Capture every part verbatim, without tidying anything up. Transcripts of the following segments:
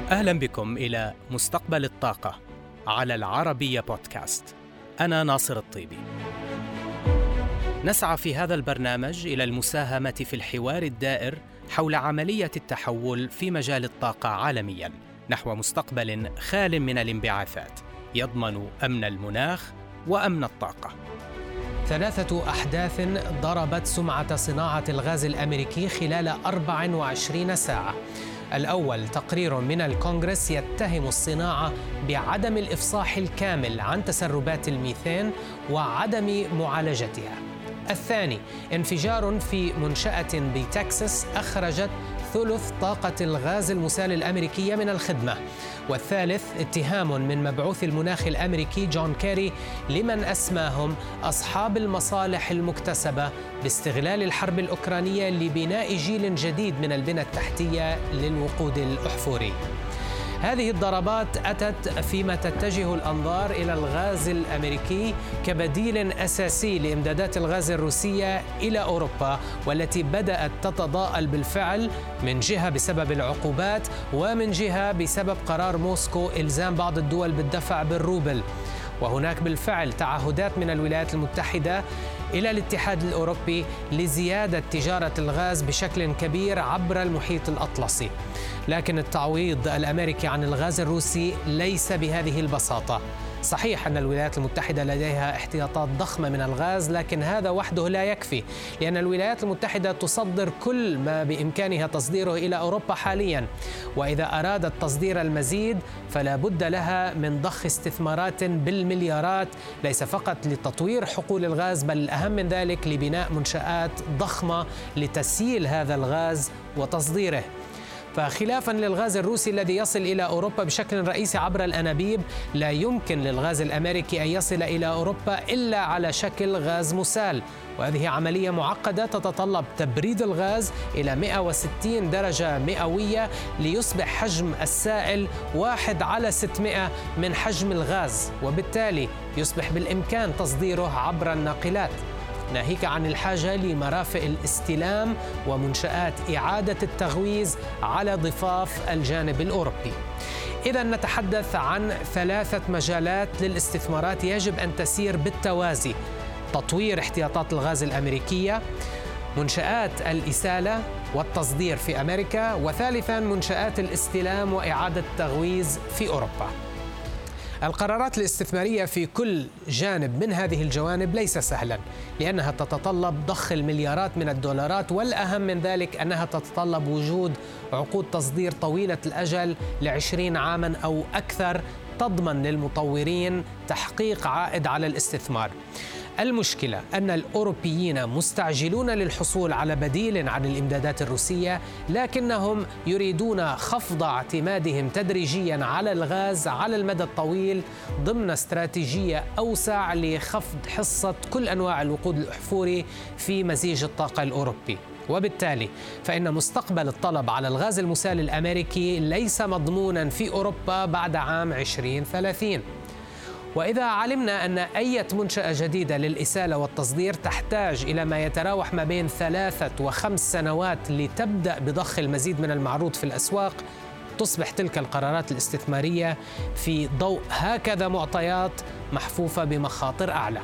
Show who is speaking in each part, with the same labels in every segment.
Speaker 1: أهلا بكم إلى مستقبل الطاقة على العربية بودكاست. أنا ناصر الطيبي. نسعى في هذا البرنامج إلى المساهمة في الحوار الدائر حول عملية التحول في مجال الطاقة عالمياً نحو مستقبل خال من الانبعاثات يضمن أمن المناخ وأمن الطاقة.
Speaker 2: ثلاثة أحداث ضربت سمعة صناعة الغاز الأمريكي خلال أربع وعشرين ساعة. الأول تقرير من الكونغرس يتهم الصناعة بعدم الإفصاح الكامل عن تسربات الميثان وعدم معالجتها. الثاني انفجار في منشأة بتكساس أخرجت ثلث طاقة الغاز المسال الأمريكية من الخدمة. والثالث اتهام من مبعوث المناخ الأمريكي جون كيري لمن أسماهم أصحاب المصالح المكتسبة باستغلال الحرب الأوكرانية لبناء جيل جديد من البنى التحتية للوقود الأحفوري. هذه الضربات أتت فيما تتجه الأنظار إلى الغاز الأمريكي كبديل أساسي لإمدادات الغاز الروسية إلى أوروبا، والتي بدأت تتضاءل بالفعل، من جهة بسبب العقوبات ومن جهة بسبب قرار موسكو إلزام بعض الدول بالدفع بالروبل. وهناك بالفعل تعهدات من الولايات المتحدة إلى الاتحاد الأوروبي لزيادة تجارة الغاز بشكل كبير عبر المحيط الأطلسي. لكن التعويض الأمريكي عن الغاز الروسي ليس بهذه البساطة. صحيح أن الولايات المتحدة لديها احتياطات ضخمة من الغاز، لكن هذا وحده لا يكفي، لأن الولايات المتحدة تصدر كل ما بإمكانها تصديره إلى أوروبا حالياً، وإذا أرادت تصدير المزيد فلا بد لها من ضخ استثمارات بالمليارات، ليس فقط لتطوير حقول الغاز، بل الأهم من ذلك لبناء منشآت ضخمة لتسييل هذا الغاز وتصديره. فخلافاً للغاز الروسي الذي يصل إلى أوروبا بشكل رئيسي عبر الأنابيب، لا يمكن للغاز الأمريكي أن يصل إلى أوروبا إلا على شكل غاز مسال، وهذه عملية معقدة تتطلب تبريد الغاز إلى مئة وستين درجة مئوية ليصبح حجم السائل واحد على ستمئة من حجم الغاز، وبالتالي يصبح بالإمكان تصديره عبر الناقلات، ناهيك عن الحاجة لمرافق الاستلام ومنشآت إعادة التغويز على ضفاف الجانب الأوروبي. إذا نتحدث عن ثلاثة مجالات للاستثمارات يجب أن تسير بالتوازي: تطوير احتياطات الغاز الأمريكية، منشآت الإسالة والتصدير في أمريكا، وثالثاً منشآت الاستلام وإعادة التغويز في أوروبا. القرارات الاستثمارية في كل جانب من هذه الجوانب ليس سهلا، لأنها تتطلب ضخ المليارات من الدولارات، والأهم من ذلك أنها تتطلب وجود عقود تصدير طويلة الأجل لعشرين عاما أو أكثر تضمن للمطورين تحقيق عائد على الاستثمار. المشكلة أن الأوروبيين مستعجلون للحصول على بديل عن الإمدادات الروسية، لكنهم يريدون خفض اعتمادهم تدريجياً على الغاز على المدى الطويل ضمن استراتيجية أوسع لخفض حصة كل أنواع الوقود الأحفوري في مزيج الطاقة الأوروبي. وبالتالي فإن مستقبل الطلب على الغاز المسال الأمريكي ليس مضموناً في أوروبا بعد عام عشرين ثلاثين. وإذا علمنا أن أي منشأة جديدة للإسالة والتصدير تحتاج إلى ما يتراوح ما بين ثلاثة وخمس سنوات لتبدأ بضخ المزيد من المعروض في الأسواق، تصبح تلك القرارات الاستثمارية في ضوء هكذا معطيات محفوفة بمخاطر أعلى.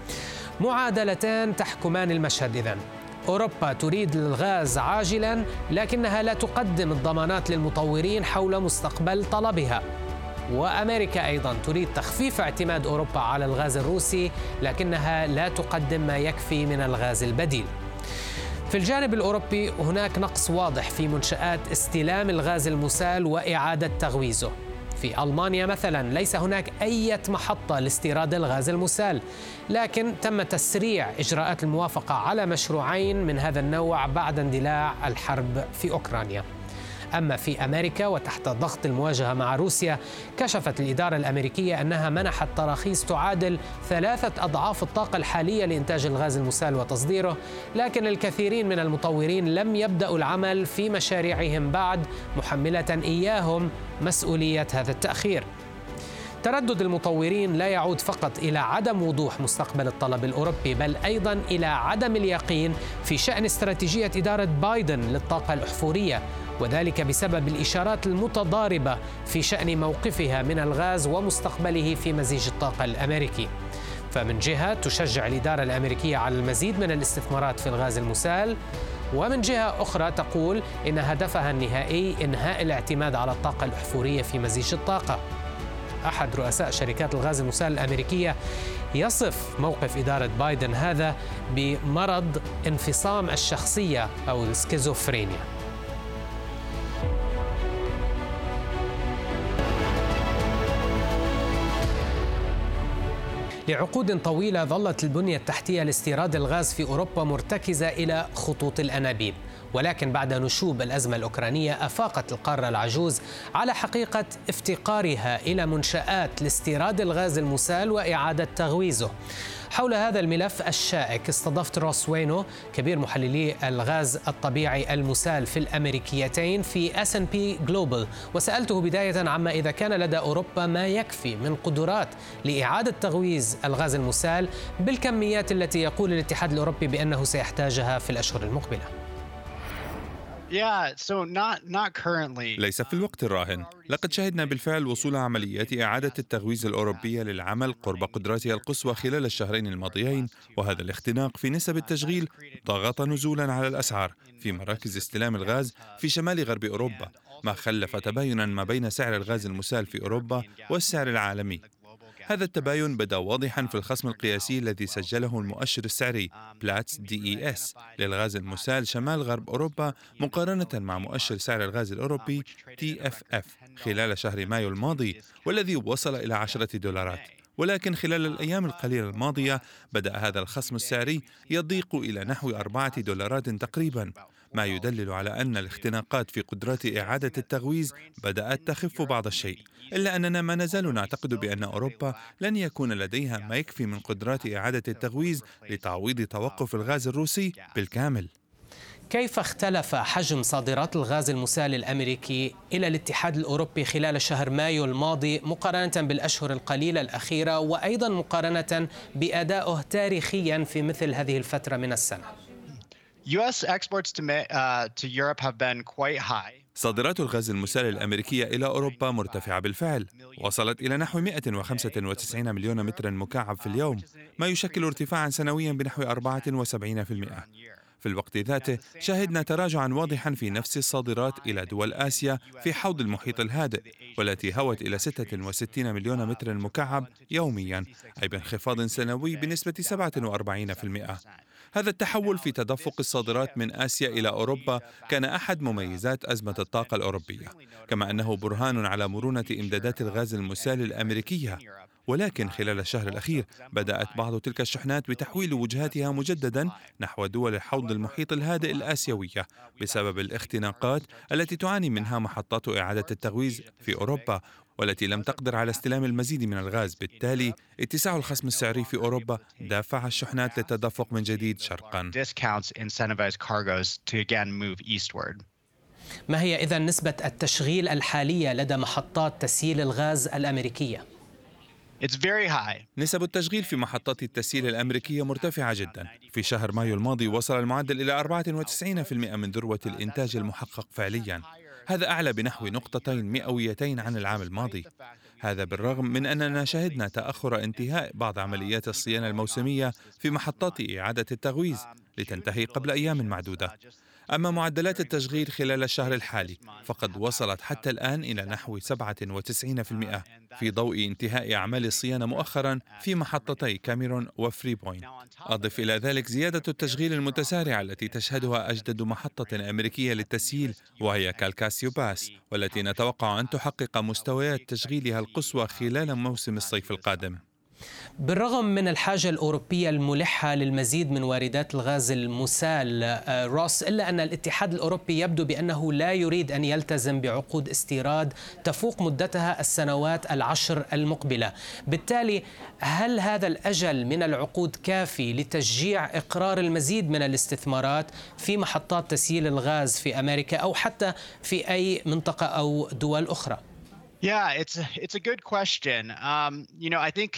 Speaker 2: معادلتان تحكمان المشهد إذن: أوروبا تريد الغاز عاجلاً، لكنها لا تقدم الضمانات للمطورين حول مستقبل طلبها. وأمريكا أيضاً تريد تخفيف اعتماد أوروبا على الغاز الروسي، لكنها لا تقدم ما يكفي من الغاز البديل. في الجانب الأوروبي هناك نقص واضح في منشآت استلام الغاز المسال وإعادة تغويزه. في ألمانيا مثلاً ليس هناك أي محطة لاستيراد الغاز المسال، لكن تم تسريع إجراءات الموافقة على مشروعين من هذا النوع بعد اندلاع الحرب في أوكرانيا. أما في أمريكا وتحت ضغط المواجهة مع روسيا، كشفت الإدارة الأمريكية أنها منحت تراخيص تعادل ثلاثة أضعاف الطاقة الحالية لإنتاج الغاز المسال وتصديره، لكن الكثيرين من المطورين لم يبدأوا العمل في مشاريعهم بعد، محملة إياهم مسؤولية هذا التأخير. تردد المطورين لا يعود فقط إلى عدم وضوح مستقبل الطلب الأوروبي، بل أيضاً إلى عدم اليقين في شأن استراتيجية إدارة بايدن للطاقة الأحفورية، وذلك بسبب الإشارات المتضاربة في شأن موقفها من الغاز ومستقبله في مزيج الطاقة الأمريكي. فمن جهة تشجع الإدارة الأمريكية على المزيد من الاستثمارات في الغاز المسال، ومن جهة أخرى تقول إن هدفها النهائي إنهاء الاعتماد على الطاقة الأحفورية في مزيج الطاقة. أحد رؤساء شركات الغاز المسال الأمريكية يصف موقف إدارة بايدن هذا بمرض انفصام الشخصية أو السكيزوفرينيا. لعقود طويلة ظلت البنية التحتية لاستيراد الغاز في أوروبا مرتكزة إلى خطوط الأنابيب، ولكن بعد نشوب الأزمة الأوكرانية أفاقت القارة العجوز على حقيقة افتقارها إلى منشآت لاستيراد الغاز المسال وإعادة تغويزه. حول هذا الملف الشائك استضفت روس وينو كبير محللي الغاز الطبيعي المسال في الأمريكيتين في إس أند بي Global، وسألته بداية عما إذا كان لدى أوروبا ما يكفي من قدرات لإعادة تغويز الغاز المسال بالكميات التي يقول الاتحاد الأوروبي بأنه سيحتاجها في الأشهر المقبلة.
Speaker 3: ليس في الوقت الراهن. لقد شهدنا بالفعل وصول عمليات إعادة التغويز الأوروبية للعمل قرب قدراتها القصوى خلال الشهرين الماضيين، وهذا الاختناق في نسب التشغيل ضغط نزولا على الأسعار في مراكز استلام الغاز في شمال غرب أوروبا، ما خلف تباينا ما بين سعر الغاز المسال في أوروبا والسعر العالمي. هذا التباين بدا واضحا في الخصم القياسي الذي سجله المؤشر السعري بلاتس دي إي إس للغاز المسال شمال غرب أوروبا مقارنة مع مؤشر سعر الغاز الأوروبي تي إف إف خلال شهر مايو الماضي، والذي وصل إلى عشرة دولارات. ولكن خلال الأيام القليلة الماضية بدأ هذا الخصم السعري يضيق إلى نحو أربعة دولارات تقريبا، ما يدلل على أن الاختناقات في قدرات إعادة التغويز بدأت تخف بعض الشيء، إلا أننا ما نزال نعتقد بأن أوروبا لن يكون لديها ما يكفي من قدرات إعادة التغويز لتعويض توقف الغاز الروسي بالكامل.
Speaker 2: كيف اختلف حجم صادرات الغاز المسال الأمريكي إلى الاتحاد الأوروبي خلال شهر مايو الماضي مقارنة بالأشهر القليلة الأخيرة، وأيضا مقارنة بأدائه تاريخيا في مثل هذه الفترة من السنة؟
Speaker 4: يو إس exports to, uh, to Europe have been quite high.
Speaker 3: صادرات الغاز المسال الأمريكية إلى أوروبا مرتفعة بالفعل، وصلت إلى نحو مئة وخمسة وتسعين مليون متر مكعب في اليوم، ما يشكل ارتفاعا سنويا بنحو أربعة وسبعين بالمئة. في الوقت ذاته شهدنا تراجعا واضحا في نفس الصادرات إلى دول آسيا في حوض المحيط الهادئ، والتي هوت إلى ستة وستين مليون متر مكعب يوميا، أي بانخفاض سنوي بنسبة سبعة وأربعين بالمئة. هذا التحول في تدفق الصادرات من آسيا إلى أوروبا كان أحد مميزات أزمة الطاقة الأوروبية، كما أنه برهان على مرونة إمدادات الغاز المسال الأمريكية. ولكن خلال الشهر الأخير بدأت بعض تلك الشحنات بتحويل وجهاتها مجددا نحو دول حوض المحيط الهادئ الآسيوية بسبب الاختناقات التي تعاني منها محطات إعادة التغويز في أوروبا، والتي لم تقدر على استلام المزيد من الغاز. بالتالي اتساع الخصم السعري في أوروبا دافع الشحنات للتدفق من جديد شرقا.
Speaker 2: ما هي إذن نسبة التشغيل الحالية لدى محطات تسييل الغاز الأمريكية؟
Speaker 4: It's very high.
Speaker 3: نسب التشغيل في محطات التسييل الأمريكية مرتفعة جدا. في شهر مايو الماضي وصل المعدل إلى أربعة وتسعين بالمئة من ذروة الإنتاج المحقق فعليا، هذا أعلى بنحو نقطتين مئويتين عن العام الماضي. هذا بالرغم من أننا شهدنا تأخر انتهاء بعض عمليات الصيانة الموسمية في محطات إعادة التغويز لتنتهي قبل أيام معدودة. أما معدلات التشغيل خلال الشهر الحالي فقد وصلت حتى الآن إلى نحو سبعة وتسعين بالمئة في ضوء انتهاء أعمال الصيانة مؤخرا في محطتي كاميرون وفري بوينت. أضف إلى ذلك زيادة التشغيل المتسارعة التي تشهدها أجدد محطة أمريكية للتسييل، وهي كالكاسيو باس، والتي نتوقع أن تحقق مستويات تشغيلها القصوى خلال موسم الصيف القادم.
Speaker 2: بالرغم من الحاجة الأوروبية الملحة للمزيد من واردات الغاز المسال روس، إلا أن الاتحاد الأوروبي يبدو بأنه لا يريد أن يلتزم بعقود استيراد تفوق مدتها السنوات العشر المقبلة. بالتالي هل هذا الأجل من العقود كافي لتشجيع إقرار المزيد من الاستثمارات في محطات تسييل الغاز في أمريكا أو حتى في أي منطقة أو دول أخرى؟
Speaker 4: Yeah, it's a, it's a good question. Um, you know, I think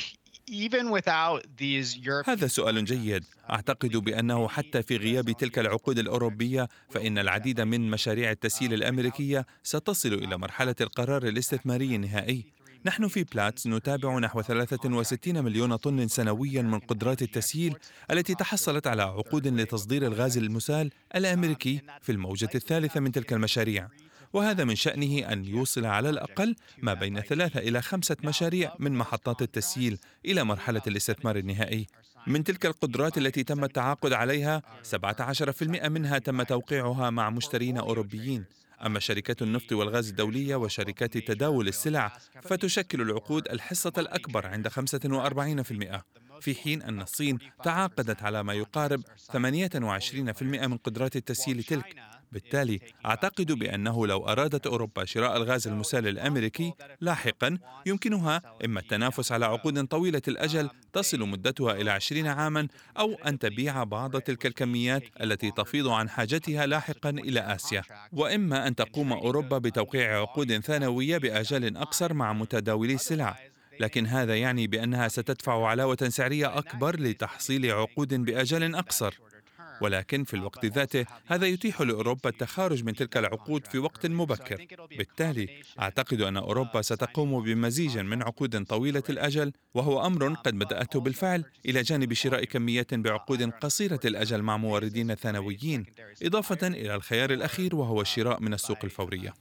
Speaker 4: even without these European...
Speaker 3: هذا سؤال جيد. أعتقد بأنه حتى في غياب تلك العقود الأوروبية فإن العديد من مشاريع التسييل الأمريكية ستصل إلى مرحلة القرار الاستثماري النهائي. نحن في بلاتس نتابع نحو ثلاثة وستين مليون طن سنويا من قدرات التسييل التي تحصلت على عقود لتصدير الغاز المسال الأمريكي في الموجة الثالثة من تلك المشاريع، وهذا من شأنه أن يوصل على الأقل ما بين ثلاثة إلى خمسة مشاريع من محطات التسييل إلى مرحلة الاستثمار النهائي. من تلك القدرات التي تم التعاقد عليها سبعة عشر بالمئة منها تم توقيعها مع مشترين أوروبيين، أما شركات النفط والغاز الدولية وشركات تداول السلع فتشكل العقود الحصة الأكبر عند خمسة وأربعين بالمئة، في حين أن الصين تعاقدت على ما يقارب ثمانية وعشرين بالمئة من قدرات التسييل تلك. بالتالي أعتقد بأنه لو أرادت أوروبا شراء الغاز المسال الأمريكي لاحقاً يمكنها إما التنافس على عقود طويلة الأجل تصل مدتها إلى عشرين عاماً، أو أن تبيع بعض تلك الكميات التي تفيض عن حاجتها لاحقاً إلى آسيا، وإما أن تقوم أوروبا بتوقيع عقود ثانوية بآجال أقصر مع متداولي السلع، لكن هذا يعني بأنها ستدفع علاوة سعرية أكبر لتحصيل عقود بآجال أقصر. ولكن في الوقت ذاته هذا يتيح لأوروبا التخارج من تلك العقود في وقت مبكر. بالتالي أعتقد أن أوروبا ستقوم بمزيج من عقود طويلة الأجل، وهو أمر قد بدأته بالفعل، إلى جانب شراء كميات بعقود قصيرة الأجل مع موردين ثانويين، إضافة إلى الخيار الأخير وهو الشراء من السوق الفورية.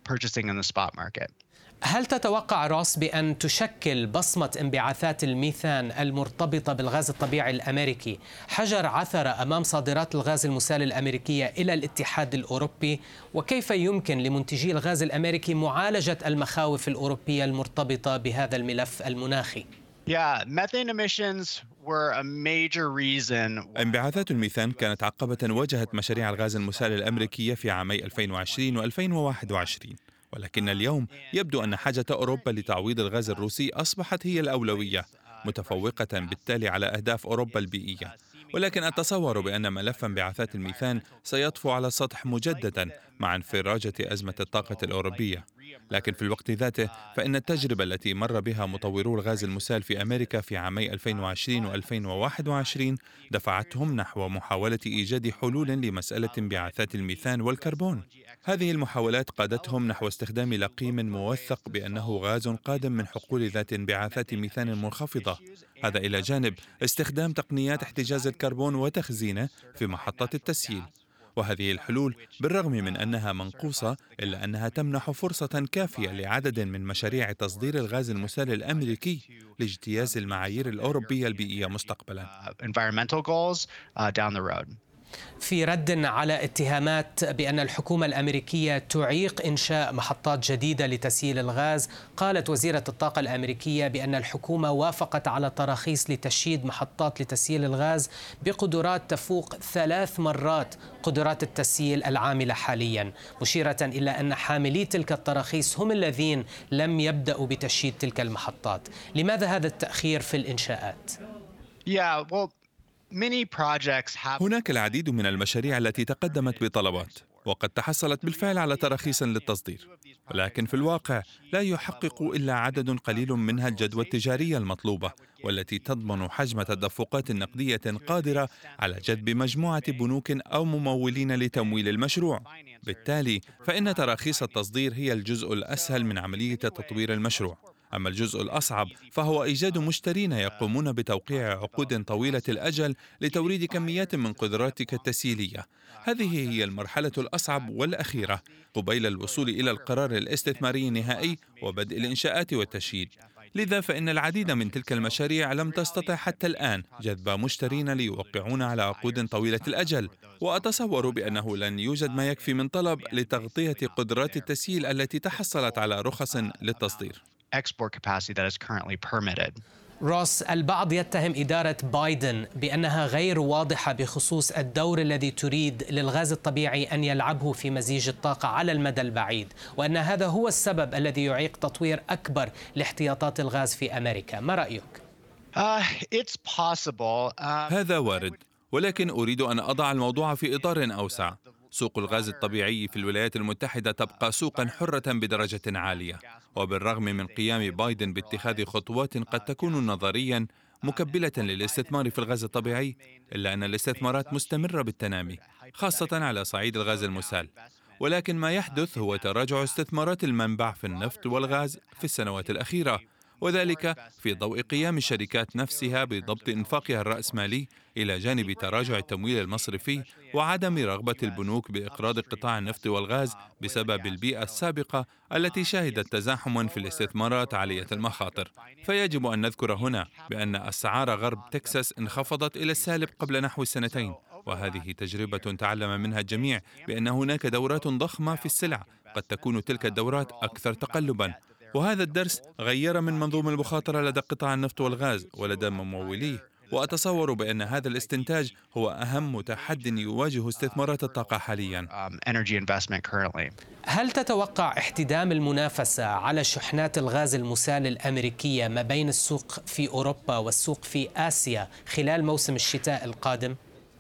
Speaker 2: هل تتوقع روس بأن تشكل بصمة انبعاثات الميثان المرتبطة بالغاز الطبيعي الأمريكي حجر عثرة أمام صادرات الغاز المسال الأمريكية إلى الاتحاد الأوروبي؟ وكيف يمكن لمنتجي الغاز الأمريكي معالجة المخاوف الأوروبية المرتبطة بهذا الملف المناخي؟
Speaker 4: Yeah, methane emissions were a major reason.
Speaker 3: انبعاثات الميثان كانت عقبة واجهت مشاريع الغاز المسال الأمريكية في عامي ألفين وعشرين وألفين وواحد وعشرين، ولكن اليوم يبدو أن حاجة أوروبا لتعويض الغاز الروسي أصبحت هي الأولوية، متفوقة بالتالي على أهداف أوروبا البيئية. ولكن أتصور بأن ملف انبعاثات الميثان سيطفو على السطح مجددا مع انفراجة أزمة الطاقة الأوروبية. لكن في الوقت ذاته فإن التجربة التي مر بها مطورو الغاز المسال في أمريكا في عامي ألفين وعشرين وألفين وواحد وعشرين دفعتهم نحو محاولة إيجاد حلول لمسألة انبعاثات الميثان والكربون. هذه المحاولات قادتهم نحو استخدام لقيم موثق بأنه غاز قادم من حقول ذات انبعاثات ميثان منخفضة، هذا إلى جانب استخدام تقنيات احتجاز الكربون وتخزينه في محطات التسييل. وهذه الحلول بالرغم من أنها منقوصة إلا أنها تمنح فرصة كافية لعدد من مشاريع تصدير الغاز المسال الأمريكي لاجتياز المعايير الأوروبية البيئية مستقبلا.
Speaker 2: في رد على اتهامات بأن الحكومة الأمريكية تعيق إنشاء محطات جديدة لتسييل الغاز، قالت وزيرة الطاقة الأمريكية بأن الحكومة وافقت على تراخيص لتشييد محطات لتسييل الغاز بقدرات تفوق ثلاث مرات قدرات التسييل العاملة حاليا، مشيرة إلى أن حاملي تلك التراخيص هم الذين لم يبدأوا بتشييد تلك المحطات. لماذا هذا التأخير في الإنشاءات؟
Speaker 4: Yeah, well...
Speaker 3: هناك العديد من المشاريع التي تقدمت بطلبات وقد تحصلت بالفعل على تراخيص للتصدير، ولكن في الواقع لا يحقق إلا عدد قليل منها الجدوى التجارية المطلوبة، والتي تضمن حجم تدفقات نقدية قادرة على جذب مجموعة بنوك أو ممولين لتمويل المشروع. بالتالي فإن تراخيص التصدير هي الجزء الأسهل من عملية تطوير المشروع، أما الجزء الأصعب فهو إيجاد مشترين يقومون بتوقيع عقود طويلة الأجل لتوريد كميات من قدراتك التسييلية. هذه هي المرحلة الأصعب والأخيرة قبيل الوصول إلى القرار الاستثماري النهائي وبدء الإنشاءات والتشييد. لذا فإن العديد من تلك المشاريع لم تستطع حتى الآن جذب مشترين ليوقعون على عقود طويلة الأجل، وأتصور بأنه لن يوجد ما يكفي من طلب لتغطية قدرات التسييل التي تحصلت على رخص للتصدير.
Speaker 4: export capacity that is currently permitted.
Speaker 2: روس، البعض يتهم إدارة بايدن بأنها غير واضحة بخصوص الدور الذي تريد للغاز الطبيعي أن يلعبه في مزيج الطاقة على المدى البعيد، وأن هذا هو السبب الذي يعيق تطوير أكبر لاحتياطات الغاز في أمريكا. ما رأيك؟
Speaker 4: Uh, it's possible. Uh...
Speaker 3: هذا وارد، ولكن أريد أن أضع الموضوع في إطار أوسع. سوق الغاز الطبيعي في الولايات المتحدة تبقى سوقا حرة بدرجة عالية، وبالرغم من قيام بايدن باتخاذ خطوات قد تكون نظرياً مكبلة للاستثمار في الغاز الطبيعي، إلا أن الاستثمارات مستمرة بالتنامي، خاصة على صعيد الغاز المسال. ولكن ما يحدث هو تراجع استثمارات المنبع في النفط والغاز في السنوات الأخيرة، وذلك في ضوء قيام الشركات نفسها بضبط إنفاقها الرأسمالي إلى جانب تراجع التمويل المصرفي وعدم رغبة البنوك بإقراض قطاع النفط والغاز بسبب البيئة السابقة التي شهدت تزاحما في الاستثمارات عالية المخاطر. فيجب أن نذكر هنا بأن أسعار غرب تكساس انخفضت إلى السالب قبل نحو سنتين، وهذه تجربة تعلم منها الجميع بأن هناك دورات ضخمة في السلع قد تكون تلك الدورات أكثر تقلبا، وهذا الدرس غير من منظوم المخاطرة لدى قطاع النفط والغاز ولدى مموليه. وأتصور بأن هذا الاستنتاج هو أهم تحد يواجه استثمارات الطاقة حاليا.
Speaker 2: هل تتوقع احتدام المنافسة على شحنات الغاز المسال الأمريكية ما بين السوق في أوروبا والسوق في آسيا خلال موسم الشتاء القادم؟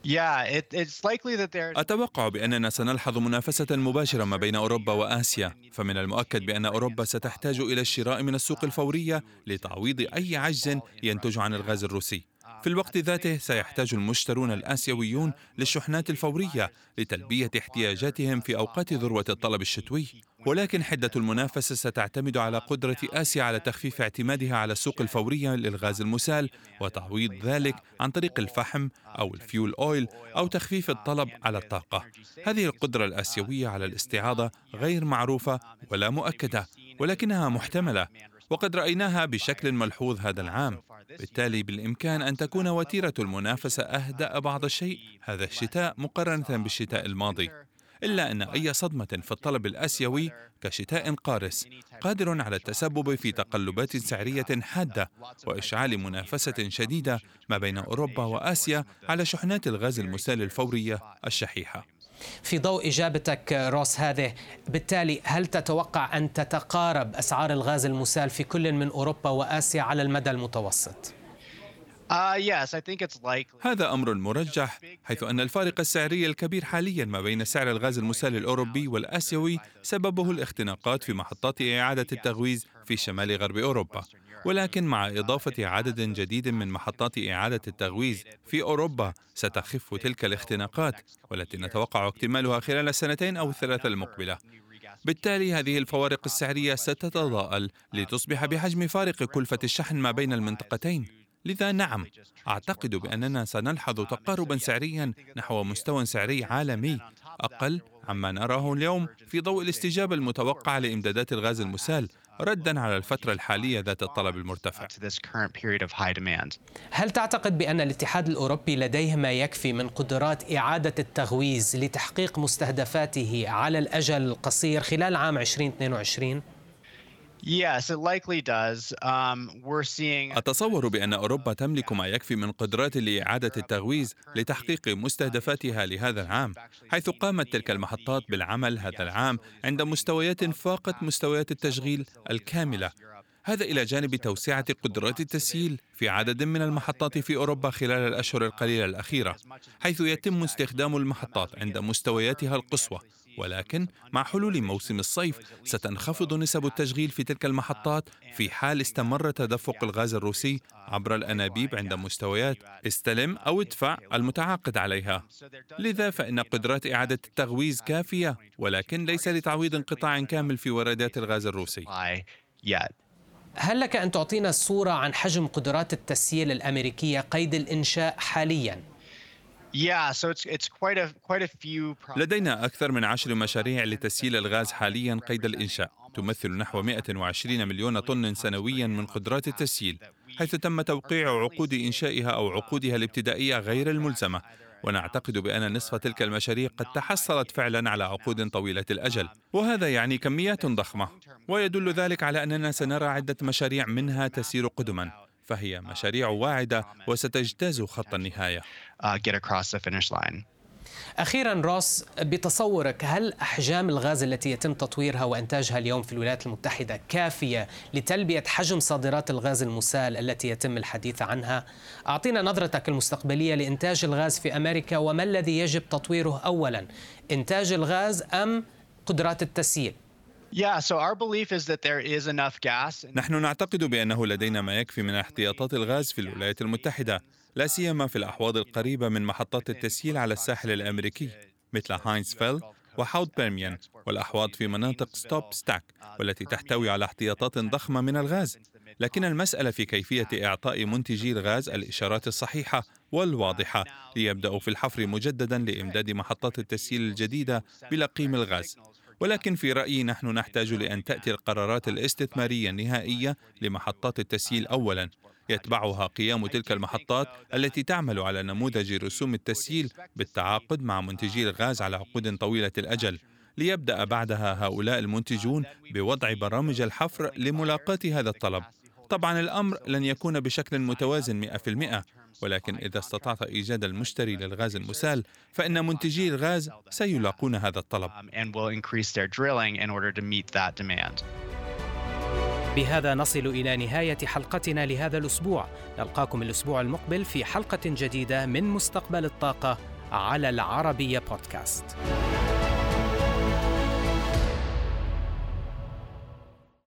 Speaker 3: أتوقع بأننا سنلحظ منافسة مباشرة ما بين أوروبا وآسيا، فمن المؤكد بأن أوروبا ستحتاج إلى الشراء من السوق الفورية لتعويض أي عجز ينتج عن الغاز الروسي. في الوقت ذاته سيحتاج المشترون الآسيويون للشحنات الفورية لتلبية احتياجاتهم في أوقات ذروة الطلب الشتوي، ولكن حدة المنافسة ستعتمد على قدرة آسيا على تخفيف اعتمادها على السوق الفورية للغاز المسال وتعويض ذلك عن طريق الفحم أو الفيول أويل أو تخفيف الطلب على الطاقة. هذه القدرة الآسيوية على الاستعاضة غير معروفة ولا مؤكدة، ولكنها محتملة، وقد رأيناها بشكل ملحوظ هذا العام. بالتالي بالإمكان أن تكون وتيرة المنافسة أهدأ بعض الشيء هذا الشتاء مقارنة بالشتاء الماضي، إلا أن أي صدمة في الطلب الآسيوي كشتاء قارس قادر على التسبب في تقلبات سعرية حادة وإشعال منافسة شديدة ما بين أوروبا وآسيا على شحنات الغاز المسال الفورية الشحيحة.
Speaker 2: في ضوء إجابتك روس هذه، بالتالي هل تتوقع أن تتقارب أسعار الغاز المسال في كل من أوروبا وآسيا على المدى المتوسط؟
Speaker 3: هذا أمر مرجح، حيث أن الفارق السعري الكبير حاليا ما بين سعر الغاز المسال الأوروبي والآسيوي سببه الاختناقات في محطات إعادة التغويز في شمال غرب أوروبا، ولكن مع إضافة عدد جديد من محطات إعادة التغويز في أوروبا ستخف تلك الاختناقات، والتي نتوقع اكتمالها خلال السنتين أو الثلاثة المقبلة. بالتالي هذه الفوارق السعرية ستتضاءل لتصبح بحجم فارق كلفة الشحن ما بين المنطقتين. لذا نعم، أعتقد بأننا سنلحظ تقاربا سعريا نحو مستوى سعري عالمي أقل عما نراه اليوم في ضوء الاستجابة المتوقعة لإمدادات الغاز المسال رداً على الفترة الحالية ذات الطلب المرتفع.
Speaker 2: هل تعتقد بأن الاتحاد الأوروبي لديه ما يكفي من قدرات إعادة التغويز لتحقيق مستهدفاته على الأجل القصير خلال عام عشرين اثنين وعشرين؟
Speaker 4: Yes, it likely does. Um, we're seeing...
Speaker 3: أتصور بأن أوروبا تملك ما يكفي من قدرات لإعادة التغويز لتحقيق مستهدفاتها لهذا العام، حيث قامت تلك المحطات بالعمل هذا العام عند مستويات فاقت مستويات التشغيل الكاملة. هذا إلى جانب توسعة قدرات التسييل في عدد من المحطات في أوروبا خلال الأشهر القليلة الأخيرة، حيث يتم استخدام المحطات عند مستوياتها القصوى. ولكن مع حلول موسم الصيف ستنخفض نسب التشغيل في تلك المحطات في حال استمر تدفق الغاز الروسي عبر الأنابيب عند مستويات استلم أو ادفع المتعاقد عليها. لذا فإن قدرات إعادة التغويز كافية، ولكن ليس لتعويض انقطاع كامل في واردات الغاز الروسي.
Speaker 2: هل لك أن تعطينا صورة عن حجم قدرات التسييل الأمريكية قيد الإنشاء حالياً؟
Speaker 4: Yeah, so it's it's quite a quite a few.
Speaker 3: لدينا أكثر من عشر مشاريع لتسييل الغاز حالياً قيد الإنشاء، تمثل نحو مئة وعشرين مليون طن سنوياً من قدرات التسييل، حيث تم توقيع عقود إنشائها أو عقودها الابتدائية غير الملزمة، ونعتقد بأن نصف تلك المشاريع قد تحصلت فعلاً على عقود طويلة الأجل، وهذا يعني كميات ضخمة، ويدل ذلك على أننا سنرى عدة مشاريع منها تسير قدماً، فهي مشاريع واعدة وستجتاز خط النهاية.
Speaker 2: أخيراً روس، بتصورك هل أحجام الغاز التي يتم تطويرها وإنتاجها اليوم في الولايات المتحدة كافية لتلبية حجم صادرات الغاز المسال التي يتم الحديث عنها؟ أعطينا نظرتك المستقبلية لإنتاج الغاز في أمريكا، وما الذي يجب تطويره أولاً، إنتاج الغاز أم قدرات التسييل؟
Speaker 3: نحن نعتقد بأنه لدينا ما يكفي من احتياطات الغاز في الولايات المتحدة، لا سيما في الأحواض القريبة من محطات التسييل على الساحل الأمريكي مثل هاينزفيل وحوض بيرميان، والأحواض في مناطق ستوب ستاك والتي تحتوي على احتياطات ضخمة من الغاز. لكن المسألة في كيفية إعطاء منتجي الغاز الإشارات الصحيحة والواضحة ليبدأوا في الحفر مجدداً لإمداد محطات التسييل الجديدة بلقيم الغاز. ولكن في رأيي نحن نحتاج لأن تأتي القرارات الاستثمارية النهائية لمحطات التسييل أولاً، يتبعها قيام تلك المحطات التي تعمل على نموذج رسوم التسييل بالتعاقد مع منتجي الغاز على عقود طويلة الأجل، ليبدأ بعدها هؤلاء المنتجون بوضع برامج الحفر لملاقاة هذا الطلب. طبعا الأمر لن يكون بشكل متوازن مئة في المئة، ولكن إذا استطعت إيجاد المشتري للغاز المسال فإن منتجي الغاز سيلاقون هذا الطلب.
Speaker 1: بهذا نصل إلى نهاية حلقتنا لهذا الأسبوع. نلقاكم الأسبوع المقبل في حلقة جديدة من مستقبل الطاقة على العربية بودكاست.